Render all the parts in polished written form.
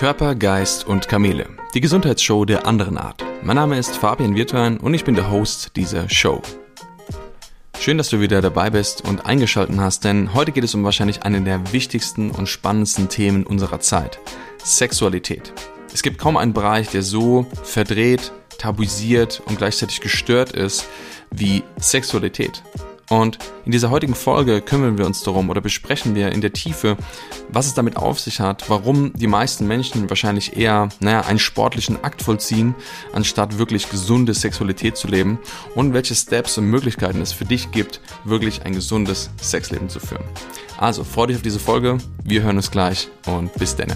Körper, Geist und Kamele. Die Gesundheitsshow der anderen Art. Mein Name ist Fabian Wirtwein und ich bin der Host dieser Show. Schön, dass du wieder dabei bist und eingeschaltet hast, denn heute geht es um wahrscheinlich einen der wichtigsten und spannendsten Themen unserer Zeit. Sexualität. Es gibt kaum einen Bereich, der so verdreht, tabuisiert und gleichzeitig gestört ist wie Sexualität. Und in dieser heutigen Folge kümmern wir uns darum oder besprechen wir in der Tiefe, was es damit auf sich hat, warum die meisten Menschen wahrscheinlich eher einen sportlichen Akt vollziehen, anstatt wirklich gesunde Sexualität zu leben und welche Steps und Möglichkeiten es für dich gibt, wirklich ein gesundes Sexleben zu führen. Also freu dich auf diese Folge, wir hören uns gleich und bis denne.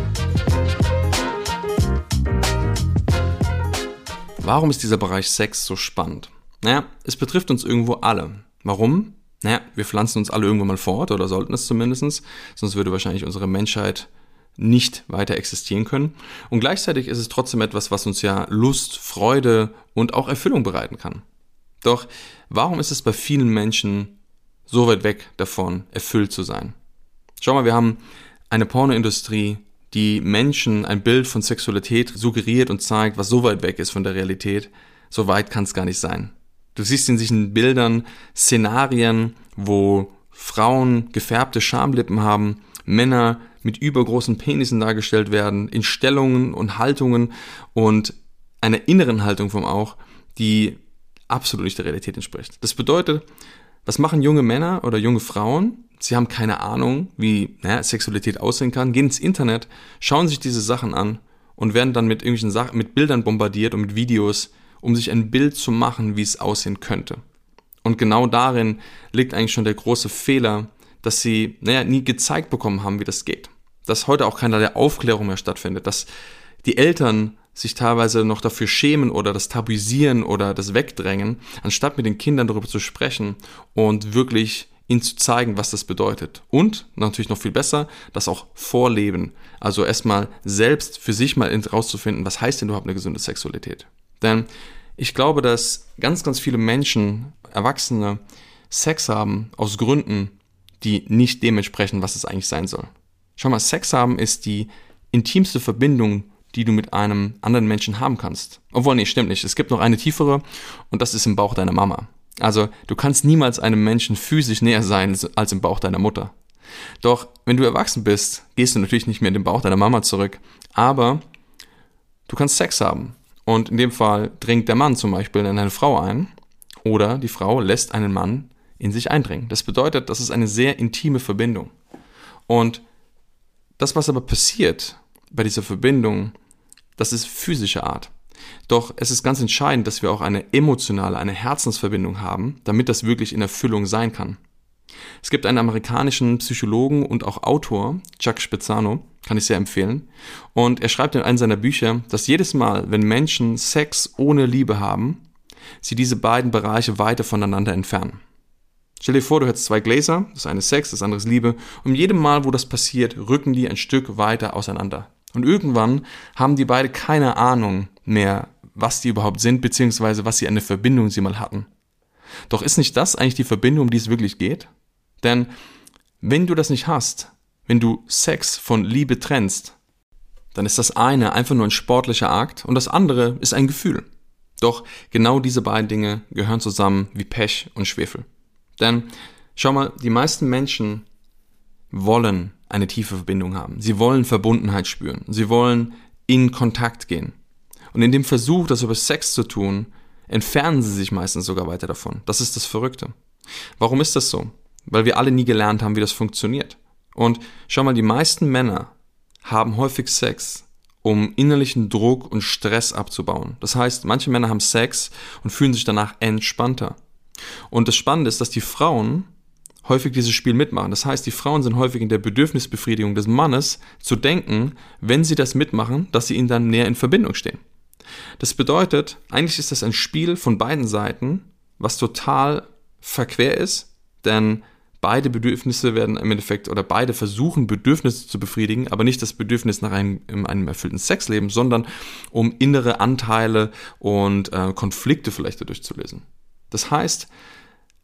Warum ist dieser Bereich Sex so spannend? Es betrifft uns irgendwo alle. Warum? Wir pflanzen uns alle irgendwann mal fort oder sollten es zumindest, sonst würde wahrscheinlich unsere Menschheit nicht weiter existieren können. Und gleichzeitig ist es trotzdem etwas, was uns ja Lust, Freude und auch Erfüllung bereiten kann. Doch warum ist es bei vielen Menschen so weit weg davon, erfüllt zu sein? Schau mal, wir haben eine Pornoindustrie, die Menschen ein Bild von Sexualität suggeriert und zeigt, was so weit weg ist von der Realität. So weit kann es gar nicht sein. Du siehst in diesen Bildern Szenarien, wo Frauen gefärbte Schamlippen haben, Männer mit übergroßen Penissen dargestellt werden, in Stellungen und Haltungen und einer inneren Haltung vom auch, die absolut nicht der Realität entspricht. Das bedeutet, was machen junge Männer oder junge Frauen? Sie haben keine Ahnung, wie Sexualität aussehen kann, gehen ins Internet, schauen sich diese Sachen an und werden dann mit irgendwelchen Sachen, mit Bildern bombardiert und mit Videos, um sich ein Bild zu machen, wie es aussehen könnte. Und genau darin liegt eigentlich schon der große Fehler, dass sie nie gezeigt bekommen haben, wie das geht. Dass heute auch keinerlei Aufklärung mehr stattfindet, dass die Eltern sich teilweise noch dafür schämen oder das tabuisieren oder das wegdrängen, anstatt mit den Kindern darüber zu sprechen und wirklich ihnen zu zeigen, was das bedeutet. Und natürlich noch viel besser, das auch vorleben. Also erstmal selbst für sich mal rauszufinden, was heißt denn überhaupt eine gesunde Sexualität? Denn ich glaube, dass ganz, ganz viele Menschen, Erwachsene, Sex haben aus Gründen, die nicht dem entsprechen, was es eigentlich sein soll. Schau mal, Sex haben ist die intimste Verbindung, die du mit einem anderen Menschen haben kannst. Obwohl, nee, stimmt nicht. Es gibt noch eine tiefere und das ist im Bauch deiner Mama. Also, du kannst niemals einem Menschen physisch näher sein als im Bauch deiner Mutter. Doch, wenn du erwachsen bist, gehst du natürlich nicht mehr in den Bauch deiner Mama zurück, aber du kannst Sex haben. Und in dem Fall dringt der Mann zum Beispiel in eine Frau ein oder die Frau lässt einen Mann in sich eindringen. Das bedeutet, das ist eine sehr intime Verbindung. Und das, was aber passiert bei dieser Verbindung, das ist physische Art. Doch es ist ganz entscheidend, dass wir auch eine emotionale, eine Herzensverbindung haben, damit das wirklich in Erfüllung sein kann. Es gibt einen amerikanischen Psychologen und auch Autor, Chuck Spezzano, kann ich sehr empfehlen. Und er schreibt in einem seiner Bücher, dass jedes Mal, wenn Menschen Sex ohne Liebe haben, sie diese beiden Bereiche weiter voneinander entfernen. Stell dir vor, du hättest zwei Gläser, das eine ist Sex, das andere ist Liebe. Und jedem Mal, wo das passiert, rücken die ein Stück weiter auseinander. Und irgendwann haben die beide keine Ahnung mehr, was die überhaupt sind, beziehungsweise was sie eine Verbindung sie mal hatten. Doch ist nicht das eigentlich die Verbindung, um die es wirklich geht? Denn wenn du das nicht hast, wenn du Sex von Liebe trennst, dann ist das eine einfach nur ein sportlicher Akt und das andere ist ein Gefühl. Doch genau diese beiden Dinge gehören zusammen wie Pech und Schwefel. Denn schau mal, die meisten Menschen wollen eine tiefe Verbindung haben. Sie wollen Verbundenheit spüren. Sie wollen in Kontakt gehen. Und in dem Versuch, das über Sex zu tun, entfernen sie sich meistens sogar weiter davon. Das ist das Verrückte. Warum ist das so? Weil wir alle nie gelernt haben, wie das funktioniert. Und schau mal, die meisten Männer haben häufig Sex, um innerlichen Druck und Stress abzubauen. Das heißt, manche Männer haben Sex und fühlen sich danach entspannter. Und das Spannende ist, dass die Frauen häufig dieses Spiel mitmachen. Das heißt, die Frauen sind häufig in der Bedürfnisbefriedigung des Mannes zu denken, wenn sie das mitmachen, dass sie ihnen dann näher in Verbindung stehen. Das bedeutet, eigentlich ist das ein Spiel von beiden Seiten, was total verquer ist, denn beide Bedürfnisse werden im Endeffekt oder beide versuchen Bedürfnisse zu befriedigen, aber nicht das Bedürfnis nach einem erfüllten Sexleben, sondern um innere Anteile und Konflikte vielleicht dadurch zu lösen. Das heißt,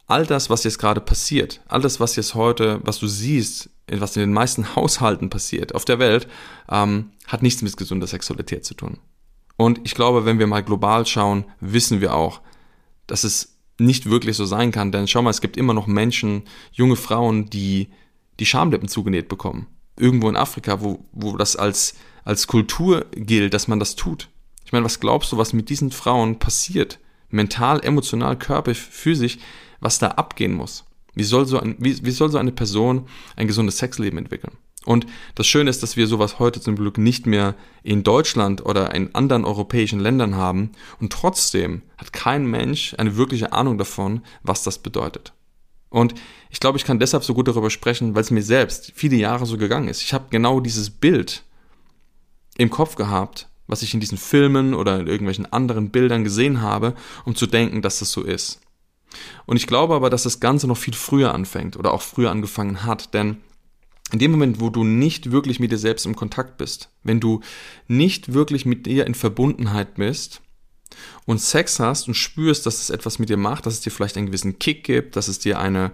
all das, was jetzt gerade passiert, all das, was jetzt heute, was du siehst, was in den meisten Haushalten passiert auf der Welt, hat nichts mit gesunder Sexualität zu tun. Und ich glaube, wenn wir mal global schauen, wissen wir auch, dass es nicht wirklich so sein kann. Denn schau mal, es gibt immer noch Menschen, junge Frauen, die Schamlippen zugenäht bekommen. Irgendwo in Afrika, wo das als Kultur gilt, dass man das tut. Ich meine, was glaubst du, was mit diesen Frauen passiert? Mental, emotional, körperlich, physisch, was da abgehen muss? Wie soll so eine Person ein gesundes Sexleben entwickeln? Und das Schöne ist, dass wir sowas heute zum Glück nicht mehr in Deutschland oder in anderen europäischen Ländern haben. Und trotzdem hat kein Mensch eine wirkliche Ahnung davon, was das bedeutet. Und ich glaube, ich kann deshalb so gut darüber sprechen, weil es mir selbst viele Jahre so gegangen ist. Ich habe genau dieses Bild im Kopf gehabt, was ich in diesen Filmen oder in irgendwelchen anderen Bildern gesehen habe, um zu denken, dass das so ist. Und ich glaube aber, dass das Ganze noch viel früher anfängt oder auch früher angefangen hat, denn in dem Moment, wo du nicht wirklich mit dir selbst im Kontakt bist, wenn du nicht wirklich mit dir in Verbundenheit bist und Sex hast und spürst, dass es etwas mit dir macht, dass es dir vielleicht einen gewissen Kick gibt, dass es dir eine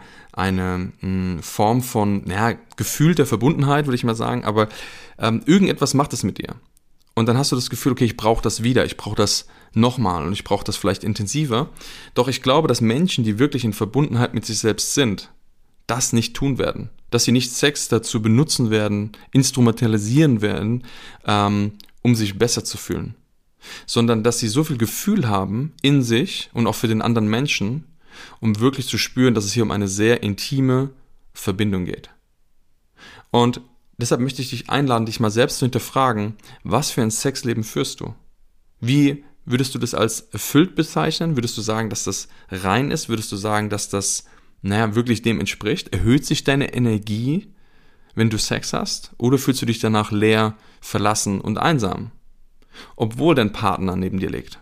Form von gefühlter Verbundenheit, würde ich mal sagen, aber irgendetwas macht es mit dir. Und dann hast du das Gefühl, okay, ich brauche das wieder, ich brauche das nochmal und ich brauche das vielleicht intensiver. Doch ich glaube, dass Menschen, die wirklich in Verbundenheit mit sich selbst sind, das nicht tun werden. Dass sie nicht Sex dazu benutzen werden, instrumentalisieren werden, um sich besser zu fühlen. Sondern dass sie so viel Gefühl haben in sich und auch für den anderen Menschen, um wirklich zu spüren, dass es hier um eine sehr intime Verbindung geht. Und deshalb möchte ich dich einladen, dich mal selbst zu hinterfragen, was für ein Sexleben führst du? Wie würdest du das als erfüllt bezeichnen? Würdest du sagen, dass das rein ist? Würdest du sagen, dass das wirklich dem entspricht? Erhöht sich deine Energie, wenn du Sex hast? Oder fühlst du dich danach leer, verlassen und einsam? Obwohl dein Partner neben dir liegt.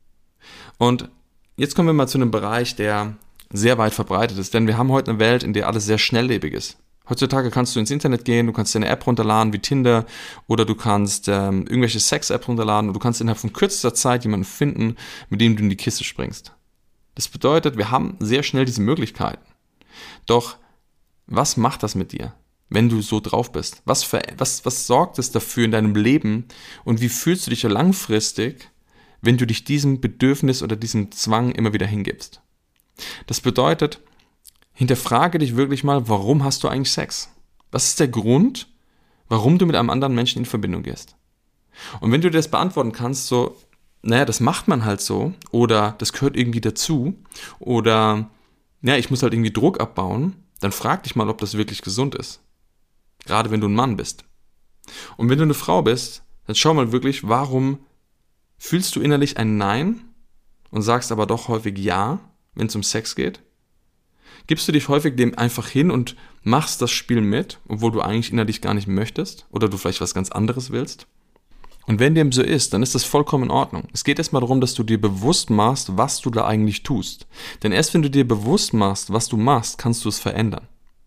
Und jetzt kommen wir mal zu einem Bereich, der sehr weit verbreitet ist, denn wir haben heute eine Welt, in der alles sehr schnelllebig ist. Heutzutage kannst du ins Internet gehen, du kannst dir eine App runterladen wie Tinder oder du kannst irgendwelche Sex-App runterladen und du kannst innerhalb von kürzester Zeit jemanden finden, mit dem du in die Kiste springst. Das bedeutet, wir haben sehr schnell diese Möglichkeiten. Doch was macht das mit dir, wenn du so drauf bist? Was sorgt es dafür in deinem Leben und wie fühlst du dich langfristig, wenn du dich diesem Bedürfnis oder diesem Zwang immer wieder hingibst? Das bedeutet, hinterfrage dich wirklich mal, warum hast du eigentlich Sex? Was ist der Grund, warum du mit einem anderen Menschen in Verbindung gehst? Und wenn du dir das beantworten kannst, das macht man halt so oder das gehört irgendwie dazu oder ich muss halt irgendwie Druck abbauen, dann frag dich mal, ob das wirklich gesund ist. Gerade wenn du ein Mann bist. Und wenn du eine Frau bist, dann schau mal wirklich, warum fühlst du innerlich ein Nein und sagst aber doch häufig Ja, wenn es um Sex geht? Gibst du dich häufig dem einfach hin und machst das Spiel mit, obwohl du eigentlich innerlich gar nicht möchtest oder du vielleicht was ganz anderes willst? Und wenn dem so ist, dann ist das vollkommen in Ordnung. Es geht erstmal darum, dass du dir bewusst machst, was du da eigentlich tust. Denn erst wenn du dir bewusst machst, was du machst, kannst du es verändern.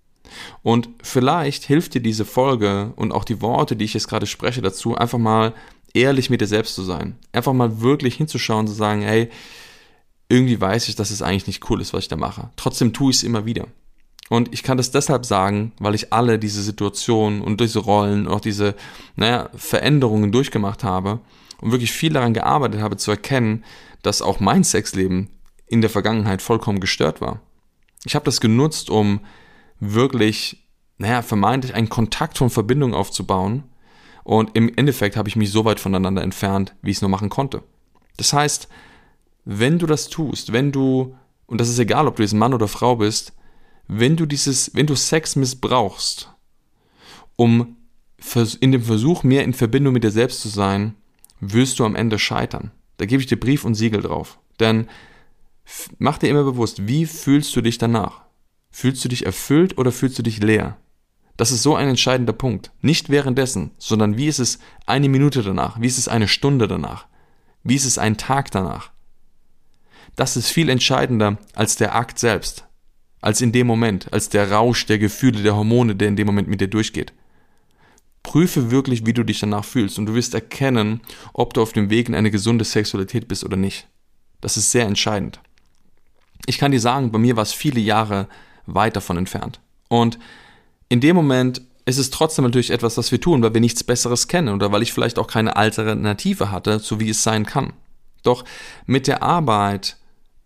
Und vielleicht hilft dir diese Folge und auch die Worte, die ich jetzt gerade spreche dazu, einfach mal ehrlich mit dir selbst zu sein. Einfach mal wirklich hinzuschauen und zu sagen, hey, irgendwie weiß ich, dass es eigentlich nicht cool ist, was ich da mache. Trotzdem tue ich es immer wieder. Und ich kann das deshalb sagen, weil ich alle diese Situationen und diese Rollen und auch diese Veränderungen durchgemacht habe und wirklich viel daran gearbeitet habe, zu erkennen, dass auch mein Sexleben in der Vergangenheit vollkommen gestört war. Ich habe das genutzt, um wirklich, vermeintlich einen Kontakt von Verbindung aufzubauen und im Endeffekt habe ich mich so weit voneinander entfernt, wie ich es nur machen konnte. Das heißt, wenn du das tust, und das ist egal, ob du jetzt Mann oder Frau bist, wenn du Sex missbrauchst, um in dem Versuch, mehr in Verbindung mit dir selbst zu sein, wirst du am Ende scheitern. Da gebe ich dir Brief und Siegel drauf. Denn mach dir immer bewusst, wie fühlst du dich danach? Fühlst du dich erfüllt oder fühlst du dich leer? Das ist so ein entscheidender Punkt. Nicht währenddessen, sondern wie ist es eine Minute danach? Wie ist es eine Stunde danach? Wie ist es ein Tag danach? Das ist viel entscheidender als der Akt selbst. Als in dem Moment, als der Rausch der Gefühle, der Hormone, der in dem Moment mit dir durchgeht. Prüfe wirklich, wie du dich danach fühlst und du wirst erkennen, ob du auf dem Weg in eine gesunde Sexualität bist oder nicht. Das ist sehr entscheidend. Ich kann dir sagen, bei mir war es viele Jahre weit davon entfernt. Und in dem Moment ist es trotzdem natürlich etwas, was wir tun, weil wir nichts Besseres kennen oder weil ich vielleicht auch keine Alternative hatte, so wie es sein kann. Doch mit der Arbeit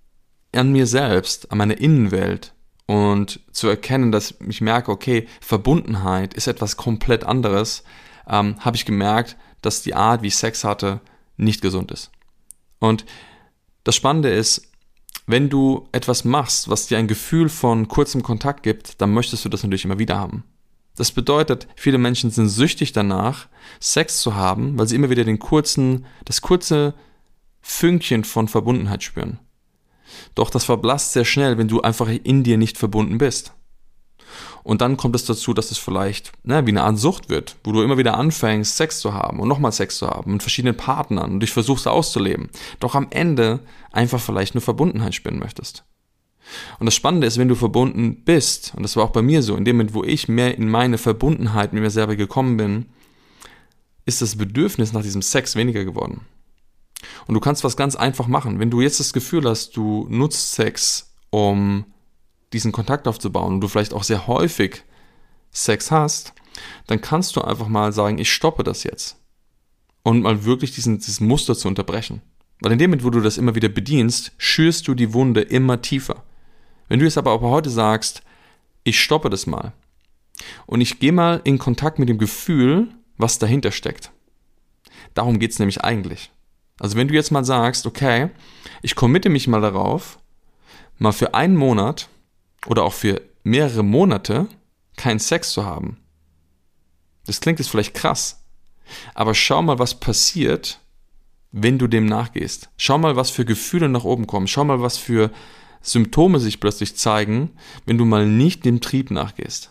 an mir selbst, an meiner Innenwelt und zu erkennen, dass ich merke, okay, Verbundenheit ist etwas komplett anderes, habe ich gemerkt, dass die Art, wie ich Sex hatte, nicht gesund ist. Und das Spannende ist, wenn du etwas machst, was dir ein Gefühl von kurzem Kontakt gibt, dann möchtest du das natürlich immer wieder haben. Das bedeutet, viele Menschen sind süchtig danach, Sex zu haben, weil sie immer wieder das kurze Fünkchen von Verbundenheit spüren. Doch das verblasst sehr schnell, wenn du einfach in dir nicht verbunden bist. Und dann kommt es dazu, dass es vielleicht wie eine Art Sucht wird, wo du immer wieder anfängst, Sex zu haben und nochmal Sex zu haben mit verschiedenen Partnern und dich versuchst auszuleben. Doch am Ende einfach vielleicht nur Verbundenheit spüren möchtest. Und das Spannende ist, wenn du verbunden bist, und das war auch bei mir so, in dem Moment, wo ich mehr in meine Verbundenheit mit mir selber gekommen bin, ist das Bedürfnis nach diesem Sex weniger geworden. Und du kannst was ganz einfach machen. Wenn du jetzt das Gefühl hast, du nutzt Sex, um diesen Kontakt aufzubauen und du vielleicht auch sehr häufig Sex hast, dann kannst du einfach mal sagen, ich stoppe das jetzt. Und mal wirklich dieses Muster zu unterbrechen. Weil in dem Moment, wo du das immer wieder bedienst, schürst du die Wunde immer tiefer. Wenn du jetzt aber auch heute sagst, ich stoppe das mal und ich gehe mal in Kontakt mit dem Gefühl, was dahinter steckt. Darum geht es nämlich eigentlich. Also wenn du jetzt mal sagst, okay, ich committe mich mal darauf, mal für einen Monat oder auch für mehrere Monate keinen Sex zu haben. Das klingt jetzt vielleicht krass, aber schau mal, was passiert, wenn du dem nachgehst. Schau mal, was für Gefühle nach oben kommen. Schau mal, was für Symptome sich plötzlich zeigen, wenn du mal nicht dem Trieb nachgehst.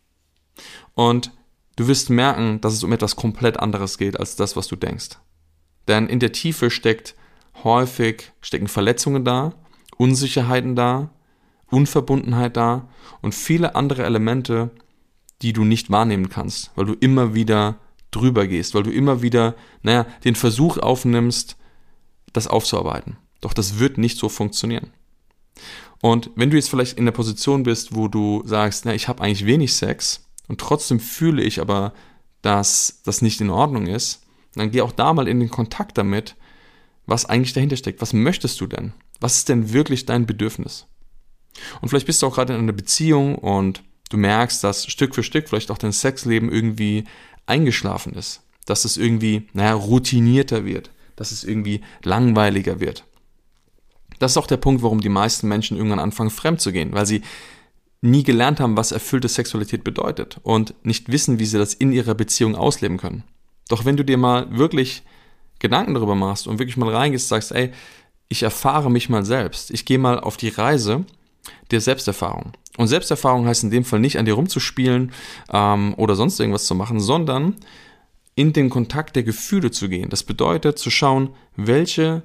Und du wirst merken, dass es um etwas komplett anderes geht, als das, was du denkst. Denn in der Tiefe stecken Verletzungen da, Unsicherheiten da, Unverbundenheit da und viele andere Elemente, die du nicht wahrnehmen kannst, weil du immer wieder drüber gehst, weil du immer wieder, den Versuch aufnimmst, das aufzuarbeiten. Doch das wird nicht so funktionieren. Und wenn du jetzt vielleicht in der Position bist, wo du sagst, ich habe eigentlich wenig Sex und trotzdem fühle ich aber, dass das nicht in Ordnung ist, dann geh auch da mal in den Kontakt damit, was eigentlich dahinter steckt. Was möchtest du denn? Was ist denn wirklich dein Bedürfnis? Und vielleicht bist du auch gerade in einer Beziehung und du merkst, dass Stück für Stück vielleicht auch dein Sexleben irgendwie eingeschlafen ist. Dass es irgendwie, routinierter wird. Dass es irgendwie langweiliger wird. Das ist auch der Punkt, warum die meisten Menschen irgendwann anfangen, fremd zu gehen. Weil sie nie gelernt haben, was erfüllte Sexualität bedeutet. Und nicht wissen, wie sie das in ihrer Beziehung ausleben können. Doch wenn du dir mal wirklich Gedanken darüber machst und wirklich mal reingehst, sagst, ich erfahre mich mal selbst. Ich gehe mal auf die Reise der Selbsterfahrung. Und Selbsterfahrung heißt in dem Fall nicht, an dir rumzuspielen oder sonst irgendwas zu machen, sondern in den Kontakt der Gefühle zu gehen. Das bedeutet zu schauen, welche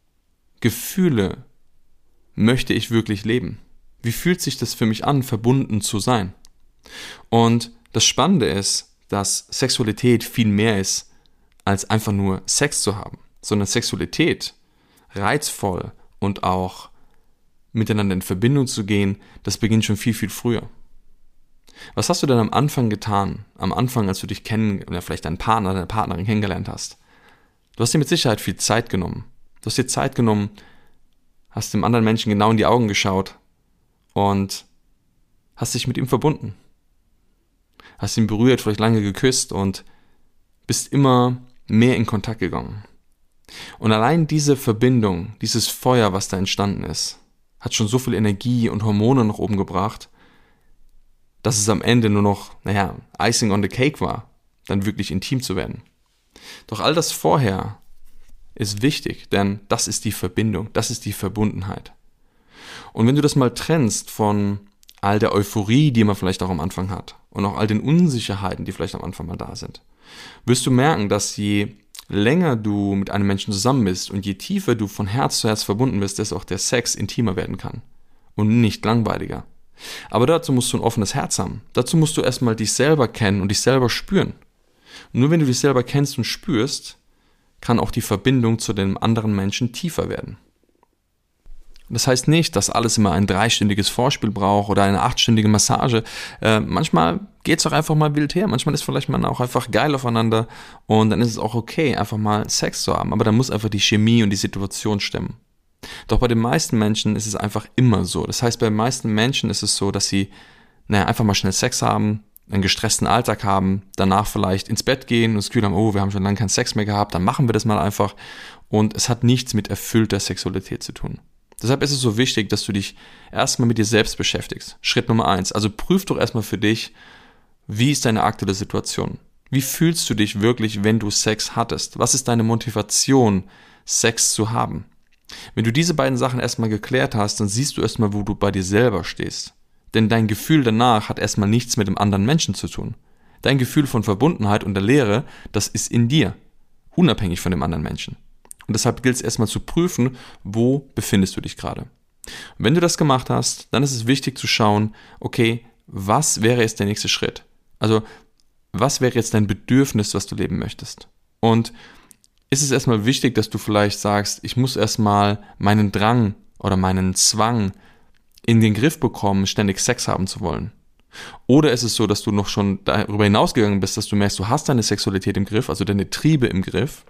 Gefühle möchte ich wirklich leben? Wie fühlt sich das für mich an, verbunden zu sein? Und das Spannende ist, dass Sexualität viel mehr ist, als einfach nur Sex zu haben, sondern Sexualität, reizvoll und auch miteinander in Verbindung zu gehen, das beginnt schon viel, viel früher. Was hast du denn am Anfang getan? Am Anfang, als du dich vielleicht deinen Partner, deine Partnerin kennengelernt hast? Du hast dir mit Sicherheit viel Zeit genommen. Du hast dir Zeit genommen, hast dem anderen Menschen genau in die Augen geschaut und hast dich mit ihm verbunden. Hast ihn berührt, vielleicht lange geküsst und bist immer mehr in Kontakt gegangen. Und allein diese Verbindung, dieses Feuer, was da entstanden ist, hat schon so viel Energie und Hormone nach oben gebracht, dass es am Ende nur noch, Icing on the Cake war, dann wirklich intim zu werden. Doch all das vorher ist wichtig, denn das ist die Verbindung, das ist die Verbundenheit. Und wenn du das mal trennst von all der Euphorie, die man vielleicht auch am Anfang hat und auch all den Unsicherheiten, die vielleicht am Anfang mal da sind, wirst du merken, dass je länger du mit einem Menschen zusammen bist und je tiefer du von Herz zu Herz verbunden bist, desto auch der Sex intimer werden kann und nicht langweiliger. Aber dazu musst du ein offenes Herz haben. Dazu musst du erstmal dich selber kennen und dich selber spüren. Und nur wenn du dich selber kennst und spürst, kann auch die Verbindung zu dem anderen Menschen tiefer werden. Das heißt nicht, dass alles immer ein 3-stündiges Vorspiel braucht oder eine 8-stündige Massage. Manchmal geht es auch einfach mal wild her. Manchmal ist vielleicht man auch einfach geil aufeinander und dann ist es auch okay, einfach mal Sex zu haben. Aber dann muss einfach die Chemie und die Situation stimmen. Doch bei den meisten Menschen ist es einfach immer so. Das heißt, bei den meisten Menschen ist es so, dass sie einfach mal schnell Sex haben, einen gestressten Alltag haben, danach vielleicht ins Bett gehen und das Gefühl haben, oh, wir haben schon lange keinen Sex mehr gehabt, dann machen wir das mal einfach. Und es hat nichts mit erfüllter Sexualität zu tun. Deshalb ist es so wichtig, dass du dich erstmal mit dir selbst beschäftigst. Schritt Nummer 1. Also prüf doch erstmal für dich, wie ist deine aktuelle Situation? Wie fühlst du dich wirklich, wenn du Sex hattest? Was ist deine Motivation, Sex zu haben? Wenn du diese beiden Sachen erstmal geklärt hast, dann siehst du erstmal, wo du bei dir selber stehst. Denn dein Gefühl danach hat erstmal nichts mit dem anderen Menschen zu tun. Dein Gefühl von Verbundenheit und der Leere, das ist in dir, unabhängig von dem anderen Menschen. Und deshalb gilt es erstmal zu prüfen, wo befindest du dich gerade. Und wenn du das gemacht hast, dann ist es wichtig zu schauen, okay, was wäre jetzt der nächste Schritt? Also, was wäre jetzt dein Bedürfnis, was du leben möchtest? Und ist es erstmal wichtig, dass du vielleicht sagst, ich muss erstmal meinen Drang oder meinen Zwang in den Griff bekommen, ständig Sex haben zu wollen? Oder ist es so, dass du noch schon darüber hinausgegangen bist, dass du merkst, du hast deine Sexualität im Griff, also deine Triebe im Griff,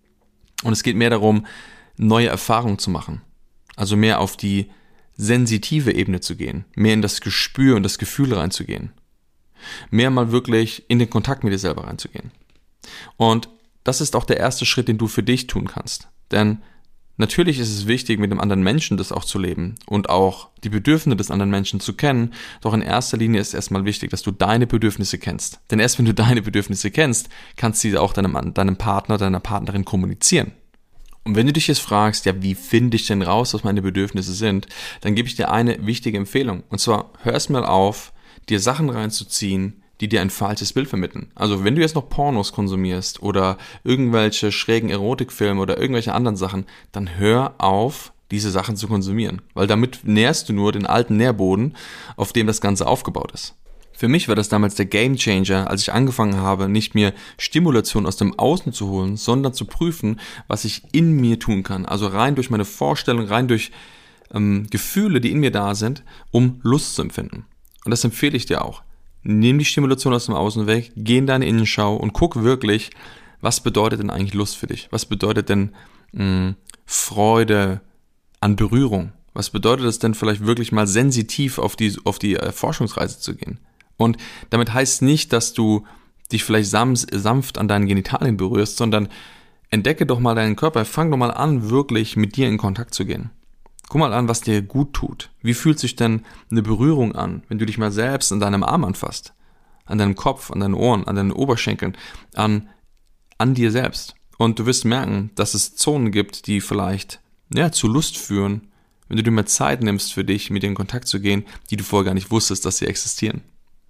und es geht mehr darum, neue Erfahrungen zu machen. Also mehr auf die sensitive Ebene zu gehen, mehr in das Gespür und das Gefühl reinzugehen. Mehr mal wirklich in den Kontakt mit dir selber reinzugehen. Und das ist auch der erste Schritt, den du für dich tun kannst. Denn natürlich ist es wichtig, mit dem anderen Menschen das auch zu leben und auch die Bedürfnisse des anderen Menschen zu kennen. Doch in erster Linie ist erstmal wichtig, dass du deine Bedürfnisse kennst. Denn erst wenn du deine Bedürfnisse kennst, kannst du sie auch deinem Partner, deiner Partnerin kommunizieren. Und wenn du dich jetzt fragst, ja, wie finde ich denn raus, was meine Bedürfnisse sind, dann gebe ich dir eine wichtige Empfehlung. Und zwar, hör erst mal auf, dir Sachen reinzuziehen, die dir ein falsches Bild vermitteln. Also wenn du jetzt noch Pornos konsumierst oder irgendwelche schrägen Erotikfilme oder irgendwelche anderen Sachen, dann hör auf, diese Sachen zu konsumieren. Weil damit nährst du nur den alten Nährboden, auf dem das Ganze aufgebaut ist. Für mich war das damals der Gamechanger, als ich angefangen habe, nicht mehr Stimulation aus dem Außen zu holen, sondern zu prüfen, was ich in mir tun kann. Also rein durch meine Vorstellung, rein durch Gefühle, die in mir da sind, um Lust zu empfinden. Und das empfehle ich dir auch. Nimm die Stimulation aus dem Außen weg, geh in deine Innenschau und guck wirklich, was bedeutet denn eigentlich Lust für dich? Was bedeutet denn Freude an Berührung? Was bedeutet es denn vielleicht wirklich mal sensitiv auf die Forschungsreise zu gehen? Und damit heißt nicht, dass du dich vielleicht sanft an deinen Genitalien berührst, sondern entdecke doch mal deinen Körper, fang doch mal an, wirklich mit dir in Kontakt zu gehen. Guck mal an, was dir gut tut. Wie fühlt sich denn eine Berührung an, wenn du dich mal selbst an deinem Arm anfasst? An deinem Kopf, an deinen Ohren, an deinen Oberschenkeln, an dir selbst. Und du wirst merken, dass es Zonen gibt, die vielleicht zu Lust führen, wenn du dir mehr Zeit nimmst für dich, mit dir in Kontakt zu gehen, die du vorher gar nicht wusstest, dass sie existieren.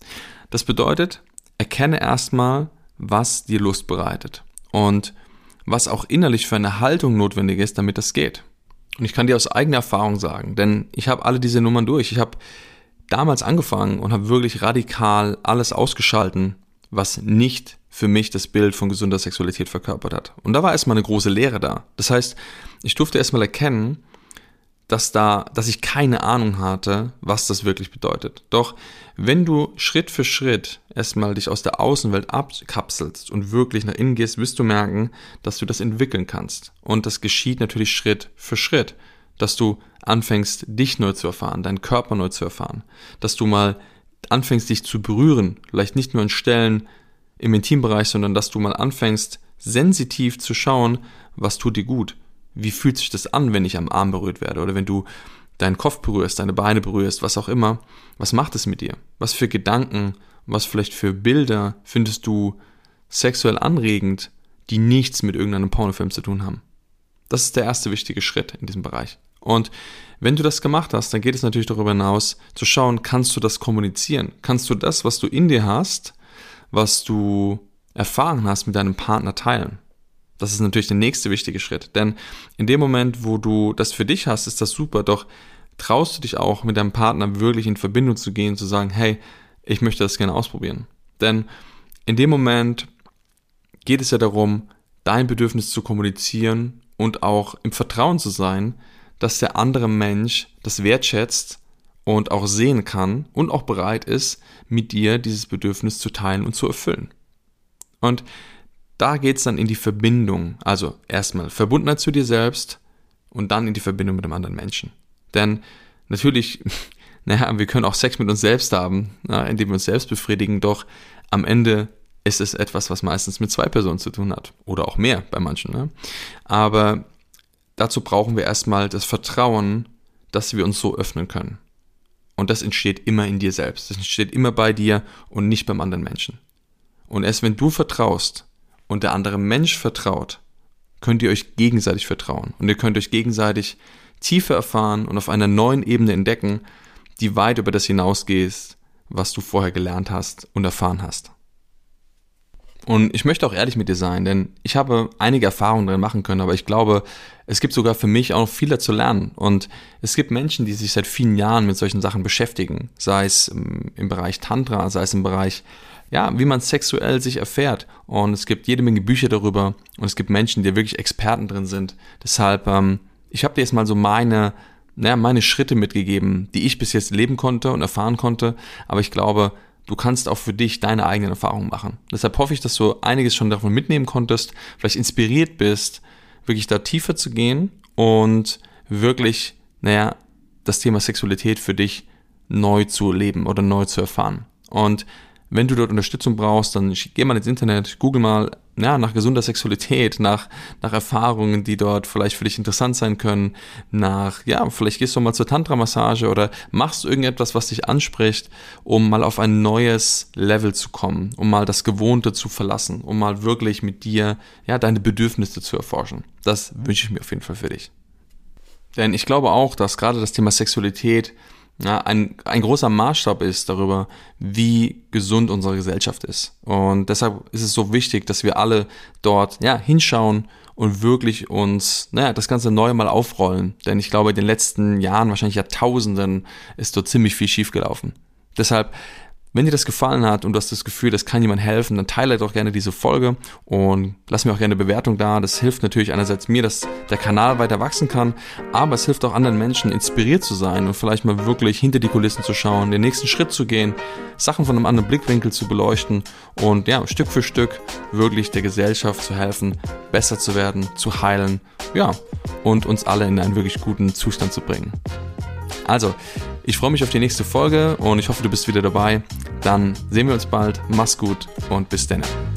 Das bedeutet, erkenne erstmal, was dir Lust bereitet und was auch innerlich für eine Haltung notwendig ist, damit das geht. Und ich kann dir aus eigener Erfahrung sagen, denn ich habe alle diese Nummern durch. Ich habe damals angefangen und habe wirklich radikal alles ausgeschalten, was nicht für mich das Bild von gesunder Sexualität verkörpert hat. Und da war erstmal eine große Leere da. Das heißt, ich durfte erstmal erkennen, dass ich keine Ahnung hatte, was das wirklich bedeutet. Doch wenn du Schritt für Schritt erstmal dich aus der Außenwelt abkapselst und wirklich nach innen gehst, wirst du merken, dass du das entwickeln kannst. Und das geschieht natürlich Schritt für Schritt, dass du anfängst, dich neu zu erfahren, deinen Körper neu zu erfahren, dass du mal anfängst, dich zu berühren, vielleicht nicht nur an Stellen im Intimbereich, sondern dass du mal anfängst, sensitiv zu schauen, was tut dir gut. Wie fühlt sich das an, wenn ich am Arm berührt werde oder wenn du deinen Kopf berührst, deine Beine berührst, was auch immer. Was macht es mit dir? Was für Gedanken, was vielleicht für Bilder findest du sexuell anregend, die nichts mit irgendeinem Pornofilm zu tun haben? Das ist der erste wichtige Schritt in diesem Bereich. Und wenn du das gemacht hast, dann geht es natürlich darüber hinaus, zu schauen, kannst du das kommunizieren? Kannst du das, was du in dir hast, was du erfahren hast, mit deinem Partner teilen? Das ist natürlich der nächste wichtige Schritt, denn in dem Moment, wo du das für dich hast, ist das super, doch traust du dich auch mit deinem Partner wirklich in Verbindung zu gehen, zu sagen, hey, ich möchte das gerne ausprobieren. Denn in dem Moment geht es ja darum, dein Bedürfnis zu kommunizieren und auch im Vertrauen zu sein, dass der andere Mensch das wertschätzt und auch sehen kann und auch bereit ist, mit dir dieses Bedürfnis zu teilen und zu erfüllen. Und da geht es dann in die Verbindung, also erstmal Verbundenheit zu dir selbst und dann in die Verbindung mit dem anderen Menschen. Denn natürlich, wir können auch Sex mit uns selbst haben, indem wir uns selbst befriedigen, doch am Ende ist es etwas, was meistens mit 2 Personen zu tun hat oder auch mehr bei manchen. Aber dazu brauchen wir erstmal das Vertrauen, dass wir uns so öffnen können. Und das entsteht immer in dir selbst. Das entsteht immer bei dir und nicht beim anderen Menschen. Und erst wenn du vertraust und der andere Mensch vertraut, könnt ihr euch gegenseitig vertrauen. Und ihr könnt euch gegenseitig tiefer erfahren und auf einer neuen Ebene entdecken, die weit über das hinausgeht, was du vorher gelernt hast und erfahren hast. Und ich möchte auch ehrlich mit dir sein, denn ich habe einige Erfahrungen drin machen können, aber ich glaube, es gibt sogar für mich auch noch viel zu lernen. Und es gibt Menschen, die sich seit vielen Jahren mit solchen Sachen beschäftigen, sei es im Bereich Tantra, sei es im Bereich, wie man sexuell sich erfährt. Und es gibt jede Menge Bücher darüber und es gibt Menschen, die wirklich Experten drin sind. Deshalb, ich habe dir jetzt mal so meine Schritte mitgegeben, die ich bis jetzt leben konnte und erfahren konnte, aber ich glaube, du kannst auch für dich deine eigenen Erfahrungen machen. Deshalb hoffe ich, dass du einiges schon davon mitnehmen konntest, vielleicht inspiriert bist, wirklich da tiefer zu gehen und wirklich, das Thema Sexualität für dich neu zu leben oder neu zu erfahren. Und wenn du dort Unterstützung brauchst, dann geh mal ins Internet, google mal nach gesunder Sexualität, nach Erfahrungen, die dort vielleicht für dich interessant sein können, vielleicht gehst du mal zur Tantra-Massage oder machst irgendetwas, was dich anspricht, um mal auf ein neues Level zu kommen, um mal das Gewohnte zu verlassen, um mal wirklich mit dir, deine Bedürfnisse zu erforschen. Das wünsche ich mir auf jeden Fall für dich. Denn ich glaube auch, dass gerade das Thema Sexualität ein großer Maßstab ist darüber, wie gesund unsere Gesellschaft ist. Und deshalb ist es so wichtig, dass wir alle dort hinschauen und wirklich uns das Ganze neu mal aufrollen. Denn ich glaube, in den letzten Jahren, wahrscheinlich Jahrtausenden, ist dort ziemlich viel schiefgelaufen. Deshalb, wenn dir das gefallen hat und du hast das Gefühl, das kann jemand helfen, dann teile doch gerne diese Folge und lass mir auch gerne eine Bewertung da. Das hilft natürlich einerseits mir, dass der Kanal weiter wachsen kann, aber es hilft auch anderen Menschen, inspiriert zu sein und vielleicht mal wirklich hinter die Kulissen zu schauen, den nächsten Schritt zu gehen, Sachen von einem anderen Blickwinkel zu beleuchten und Stück für Stück wirklich der Gesellschaft zu helfen, besser zu werden, zu heilen, und uns alle in einen wirklich guten Zustand zu bringen. Also, ich freue mich auf die nächste Folge und ich hoffe, du bist wieder dabei. Dann sehen wir uns bald. Mach's gut und bis dann.